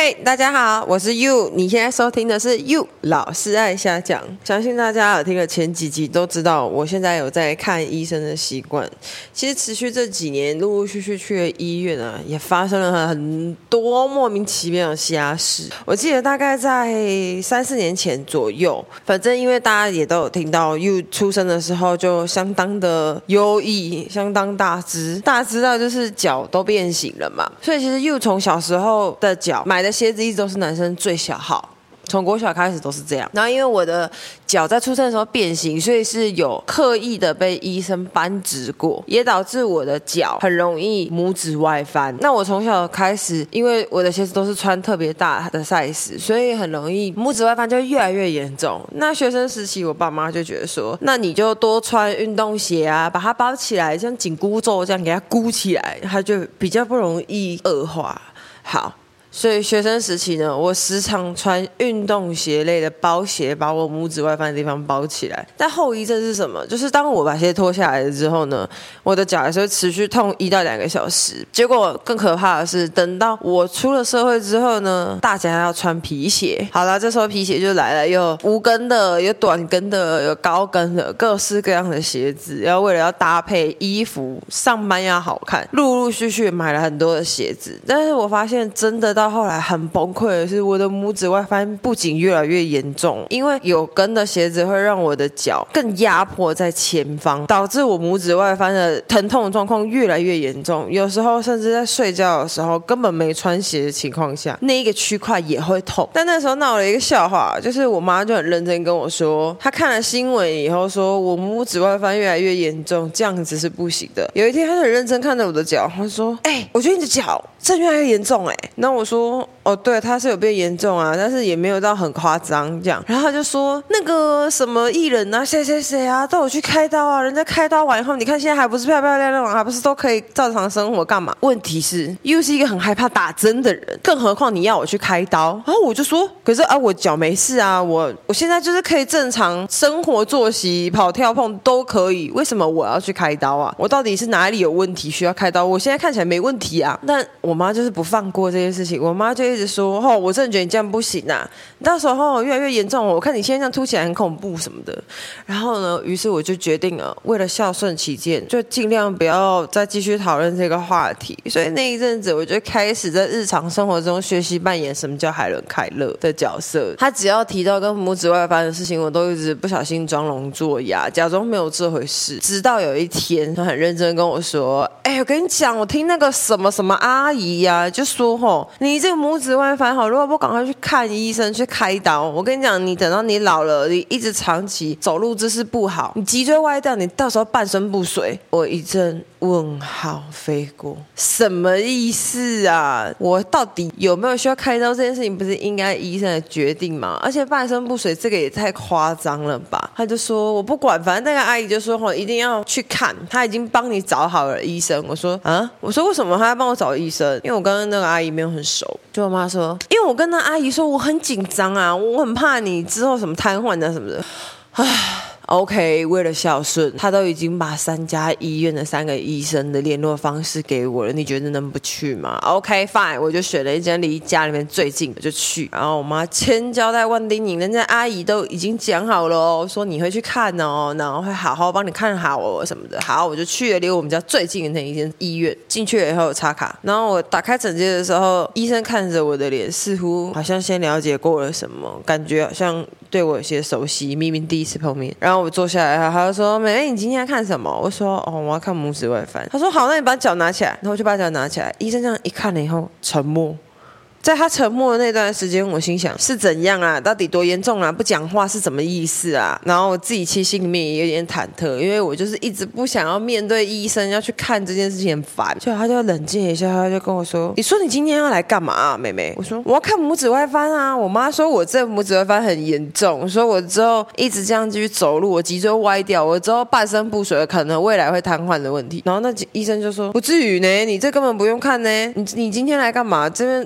嘿，大家好，我是 You， 你现在收听的是 You 老师爱瞎讲。相信大家有听了前几集都知道，我现在有在看医生的习惯。其实持续这几年，陆陆续续去了医院啊，也发生了很多莫名其妙的瞎事。我记得大概在3-4年前左右，反正因为大家也都有听到 You 出生的时候就相当的优异，相当大只到就是脚都变形了嘛。所以其实 You 从小时候的脚买的鞋子一直都是男生最小号，从国小开始都是这样。然后因为我的脚在出生的时候变形，所以是有刻意的被医生扳直过，也导致我的脚很容易拇指外翻。那我从小开始，因为我的鞋子都是穿特别大的 size， 所以很容易拇指外翻就越来越严重。那学生时期我爸妈就觉得说，那你就多穿运动鞋啊，把它包起来，像紧箍咒这样给它箍起来，它就比较不容易恶化。好，所以学生时期呢，我时常穿运动鞋类的包鞋，把我拇指外翻的地方包起来。但后遗症是什么？就是当我把鞋脱下来了之后呢，我的脚还是会持续痛1到2个小时。结果更可怕的是，等到我出了社会之后呢，大家要穿皮鞋。好啦，这时候皮鞋就来了，有无跟的，有短跟的，有高跟的，各式各样的鞋子。为了要搭配衣服，上班要好看，陆陆续续买了很多的鞋子。但是我发现真的到后来很崩溃的是，我的拇指外翻不仅越来越严重，因为有跟的鞋子会让我的脚更压迫在前方，导致我拇指外翻的疼痛状况越来越严重。有时候甚至在睡觉的时候，根本没穿鞋的情况下，那一个区块也会痛。但那时候闹了一个笑话，就是我妈就很认真跟我说，她看了新闻以后说我拇指外翻越来越严重，这样子是不行的。有一天她就很认真看着我的脚，她说：“我觉得你的脚真越来越严重那我说：“哦，对，它是有变严重啊，但是也没有到很夸张这样。”然后他就说：“那个什么艺人啊，谁谁谁啊，都有去开刀啊，人家开刀完以后，你看现在还不是漂漂亮亮，还不是都可以照常生活干嘛？问题是，又是一个很害怕打针的人，更何况你要我去开刀。”然后我就说：“可是我脚没事啊，我现在就是可以正常生活作息，跑跳碰都可以，为什么我要去开刀啊？我到底是哪里有问题需要开刀？我现在看起来没问题啊。”但我妈就是不放过这件事情，我妈就一直说：“我真的觉得你这样不行啊，你到时候越来越严重，我看你现在这样凸起来很恐怖什么的。”然后呢，于是我就决定了，为了孝顺起见，就尽量不要再继续讨论这个话题。所以那一阵子，我就开始在日常生活中学习扮演什么叫海伦凯勒的角色。他只要提到跟拇指外翻的事情，我都一直不小心装聋作哑，假装没有这回事。直到有一天，他很认真跟我说：“我跟你讲，我听那个什么什么阿姨呀，就说你这个拇指外翻如果不赶快去看医生去开刀，我跟你讲，你等到你老了，你一直长期走路姿势不好，你脊椎歪掉，你到时候半身不遂。”我一阵问号飞过，什么意思啊？我到底有没有需要开刀这件事情，不是应该医生的决定吗？而且半身不遂这个也太夸张了吧？他就说我不管，反正那个阿姨就说一定要去看，他已经帮你找好了医生。我说为什么他要帮我找医生？因为我跟那个阿姨没有很熟。就我妈说，因为我跟那阿姨说我很紧张啊，我很怕你之后什么瘫痪啊什么的。OK， 为了孝顺，他都已经把3家医院的3个医生的联络方式给我了，你觉得能不去吗？ OK fine， 我就选了一间离家里面最近的就去。然后我妈千交代万叮咛，人家阿姨都已经讲好了说你会去看然后会好好帮你看好什么的。好，我就去了离我们家最近的那一间医院。进去了以后有插卡，然后我打开诊间的时候，医生看着我的脸，似乎好像先了解过了什么，感觉好像对我有些熟悉，明明第一次碰面。然后我坐下来，他就说：“妹妹，你今天要看什么？”我说：“我要看拇指外翻。”他说：“好，那你把脚拿起来。”然后我就把脚拿起来。医生这样一看了以后，沉默。在他沉默的那段时间，我心想是怎样啊？到底多严重啊？不讲话是什么意思啊？然后我自己其实心里面也有点忐忑，因为我就是一直不想要面对医生要去看这件事情，很烦。就他就冷静一下，他就跟我说：“你说你今天要来干嘛啊，妹妹？”我说：“我要看拇指外翻啊。”我妈说我这拇指外翻很严重，说我之后一直这样继续走路，我脊椎歪掉，我之后半身不遂，可能未来会瘫痪的问题。然后那医生就说：“不至于呢，你这根本不用看呢。你今天来干嘛？这样子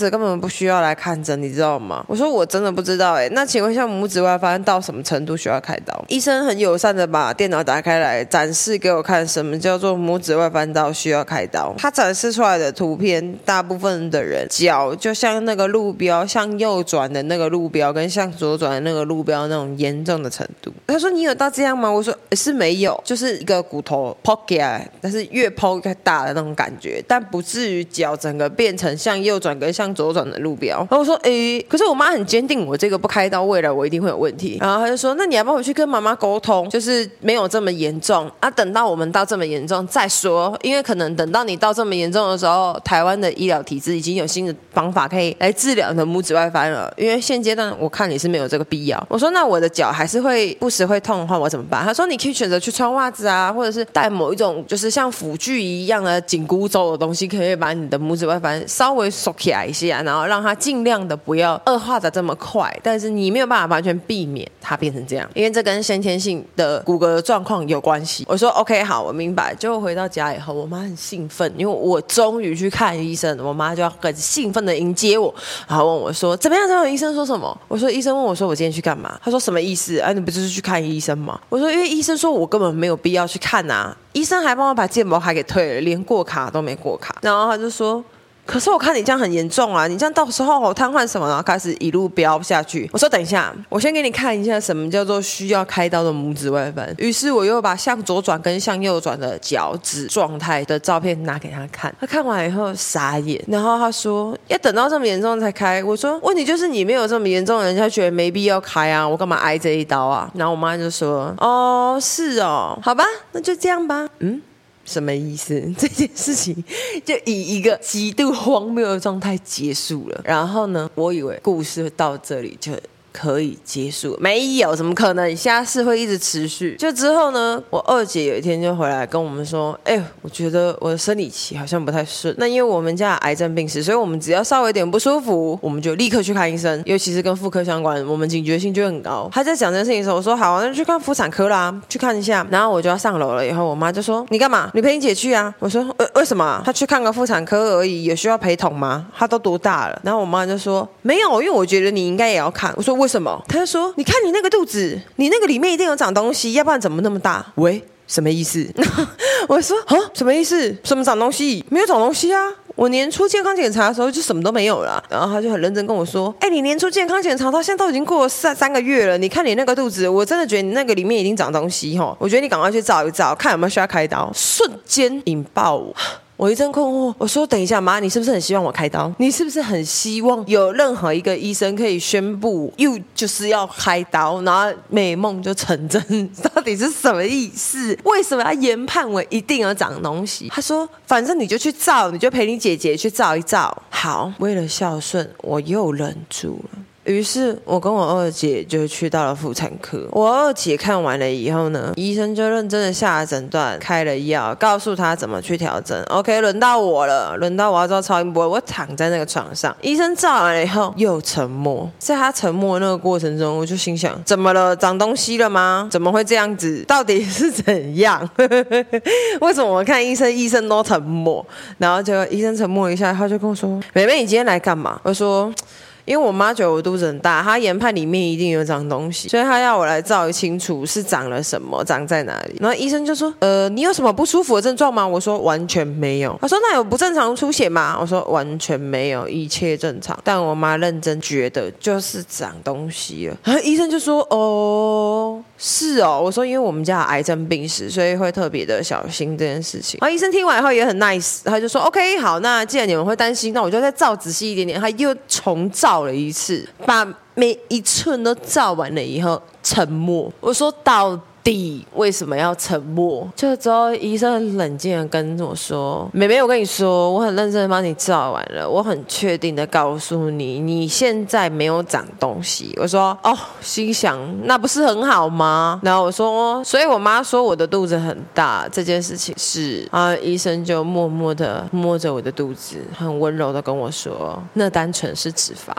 子根本不需要来看诊，你知道吗？我说我真的不知道那请问一下拇指外翻到什么程度需要开刀？医生很友善的把电脑打开来展示给我看什么叫做拇指外翻到需要开刀。他展示出来的图片，大部分的人脚就像那个路标，向右转的那个路标跟向左转的那个路标那种严重的程度。他说你有到这样吗？我说是没有，就是一个骨头抛起来，但是越抛越大的那种感觉，但不至于脚整个变成向右转跟向左转的路标。然后我说可是我妈很坚定我这个不开刀未来我一定会有问题。然后他就说那你要不要回去跟妈妈沟通，就是没有这么严重啊，等到我们到这么严重再说，因为可能等到你到这么严重的时候，台湾的医疗体制已经有新的方法可以来治疗你的拇指外翻了，因为现阶段我看你是没有这个必要。我说那我的脚还是会不时会痛的话我怎么办？他说你可以选择去穿袜子啊，或者是带某一种就是像辅具一样的紧箍咒的东西，可以把你的拇指外翻稍微收起来一下，然后让它尽量的不要恶化的这么快，但是你没有办法完全避免它变成这样，因为这跟先天性的骨骼状况有关系。我说 OK 好，我明白。结果回到家以后，我妈很兴奋，因为我终于去看医生，我妈就要很兴奋的迎接我，然后问我说怎么样？医生说什么？我说医生问我说我今天去干嘛？他说什么意思？你不就是去看医生吗？我说因为医生说我根本没有必要去看啊，医生还帮我把健保卡给退了，连过卡都没过卡。然后他就说可是我看你这样很严重啊，你这样到时候瘫痪什么，然后开始一路飙下去。我说等一下，我先给你看一下什么叫做需要开刀的拇指外翻。于是我又把向左转跟向右转的脚趾状态的照片拿给他看，他看完以后傻眼，然后他说要等到这么严重才开。我说问题就是你没有这么严重，人家觉得没必要开啊，我干嘛挨这一刀啊？然后我妈就说哦是哦，好吧，那就这样吧。什么意思？这件事情就以一个极度荒谬的状态结束了。然后呢，我以为故事到这里就可以结束，没有，怎么可能？下次会一直持续。就之后呢，我二姐有一天就回来跟我们说，我觉得我的生理期好像不太顺。那因为我们家有癌症病史，所以我们只要稍微有点不舒服，我们就立刻去看医生，尤其是跟妇科相关，我们警觉性就很高。他在讲这件事情的时候，我说好，那就去看妇产科啦，去看一下。然后我就要上楼了，以后我妈就说你干嘛？你陪你姐去啊。我说为什么啊？她去看个妇产科而已，有需要陪同吗？她都多大了？然后我妈就说没有，因为我觉得你应该也要看。我说为什么？他就说你看你那个肚子，你那个里面一定有长东西，要不然怎么那么大？喂，什么意思？我说什么意思？什么长东西？没有长东西啊，我年初健康检查的时候就什么都没有了。然后他就很认真跟我说你年初健康检查到现在都已经过了3个月了，你看你那个肚子，我真的觉得你那个里面已经长东西我觉得你赶快去照一照，看有没有需要开刀。瞬间引爆我一阵困惑，我说等一下妈，你是不是很希望我开刀？你是不是很希望有任何一个医生可以宣布又就是要开刀，然后美梦就成真？到底是什么意思？为什么要研判我一定要长东西？他说反正你就去照，你就陪你姐姐去照一照。好，为了孝顺我又忍住了。于是我跟我二姐就去到了妇产科。我二姐看完了以后呢，医生就认真的下了诊断，开了药，告诉她怎么去调整。 OK， 轮到我了，轮到我要照超音波。我躺在那个床上，医生照完了以后又沉默。在他沉默的那个过程中，我就心想怎么了？长东西了吗？怎么会这样子？到底是怎样？为什么我看医生都沉默？然后就医生沉默一下，他就跟我说妹妹你今天来干嘛？我说因为我妈觉得我肚子很大，她研判里面一定有长东西，所以她要我来照清楚是长了什么，长在哪里。然后医生就说你有什么不舒服的症状吗？我说完全没有。他说那有不正常出血吗？我说完全没有，一切正常。但我妈认真觉得就是长东西了。然后医生就说是哦。我说因为我们家有癌症病史，所以会特别的小心这件事情。然后医生听完以后也很 nice， 他就说 OK 好，那既然你们会担心，那我就再照仔细一点点。他又重照了一次，把每一寸都照完了以后沉默。我说到底为什么要沉默？就之后医生很冷静的跟我说妹妹我跟你说，我很认真的帮你照完了，我很确定的告诉你，你现在没有长东西。我说心想那不是很好吗？然后我说所以我妈说我的肚子很大这件事情是医生就默默的摸着我的肚子，很温柔的跟我说那单纯是脂肪。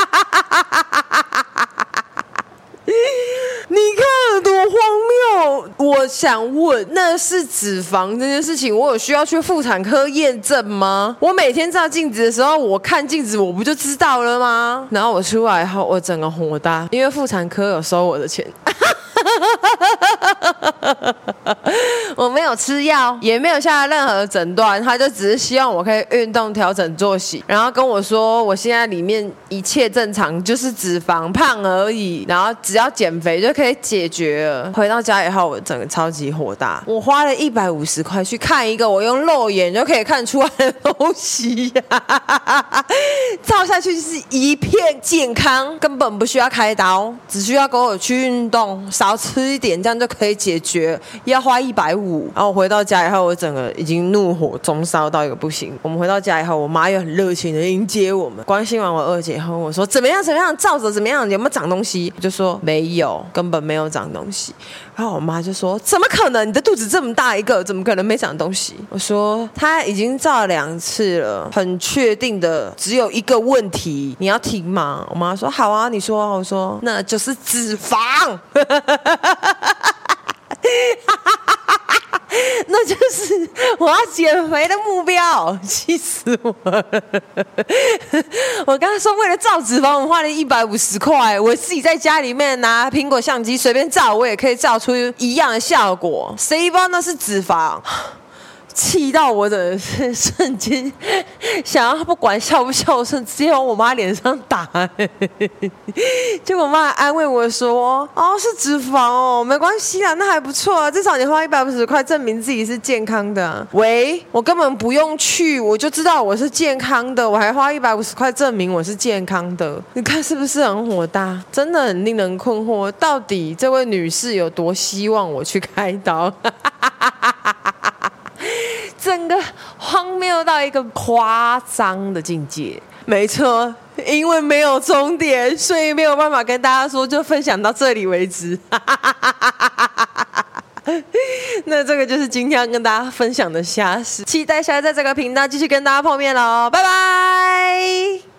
你看多荒谬！ 我想问，那是脂肪这件事情，我有需要去妇产科验证吗？我每天照镜子的时候，我看镜子，我不就知道了吗？然后我出来后，我整个火大，因为妇产科有收我的钱。我没有吃药，也没有下任何诊断，他就只是希望我可以运动调整作息，然后跟我说我现在里面一切正常，就是脂肪胖而已，然后只要减肥就可以解决了。回到家以后，我整个超级火大，我花了150块去看一个我用肉眼就可以看出来的东西照下去就是一片健康，根本不需要开刀，只需要跟我去运动，少吃一点，这样就可以解决，要花150。然后我回到家以后，我整个已经怒火中烧到一个不行。我们回到家以后，我妈又很热情的迎接我们，关心完我二姐后，我说怎么样怎么样，照着怎么样，有没有长东西？我就说没有，根本没有长东西。然后我妈就说怎么可能，你的肚子这么大一个，怎么可能没长东西？我说她已经照了2次了，很确定的只有一个问题，你要听吗？我妈说好啊，你说。我说那就是脂肪那就是我要减肥的目标，气死我了！我刚才说为了照脂肪，我花了150块，我自己在家里面拿苹果相机随便照，我也可以照出一样的效果，谁不知道那是脂肪？气到我的瞬间想要不管孝不孝顺，直接往我妈脸上打结果我妈安慰我说哦是脂肪哦，没关系啦，那还不错啊，至少你花150块证明自己是健康的啊。喂，我根本不用去，我就知道我是健康的，我还花150块证明我是健康的，你看是不是很火大？真的很令人困惑，到底这位女士有多希望我去开刀整个荒谬到一个夸张的境界。没错，因为没有终点，所以没有办法跟大家说，就分享到这里为止那这个就是今天要跟大家分享的瞎事，期待下次在这个频道继续跟大家碰面咯，拜拜。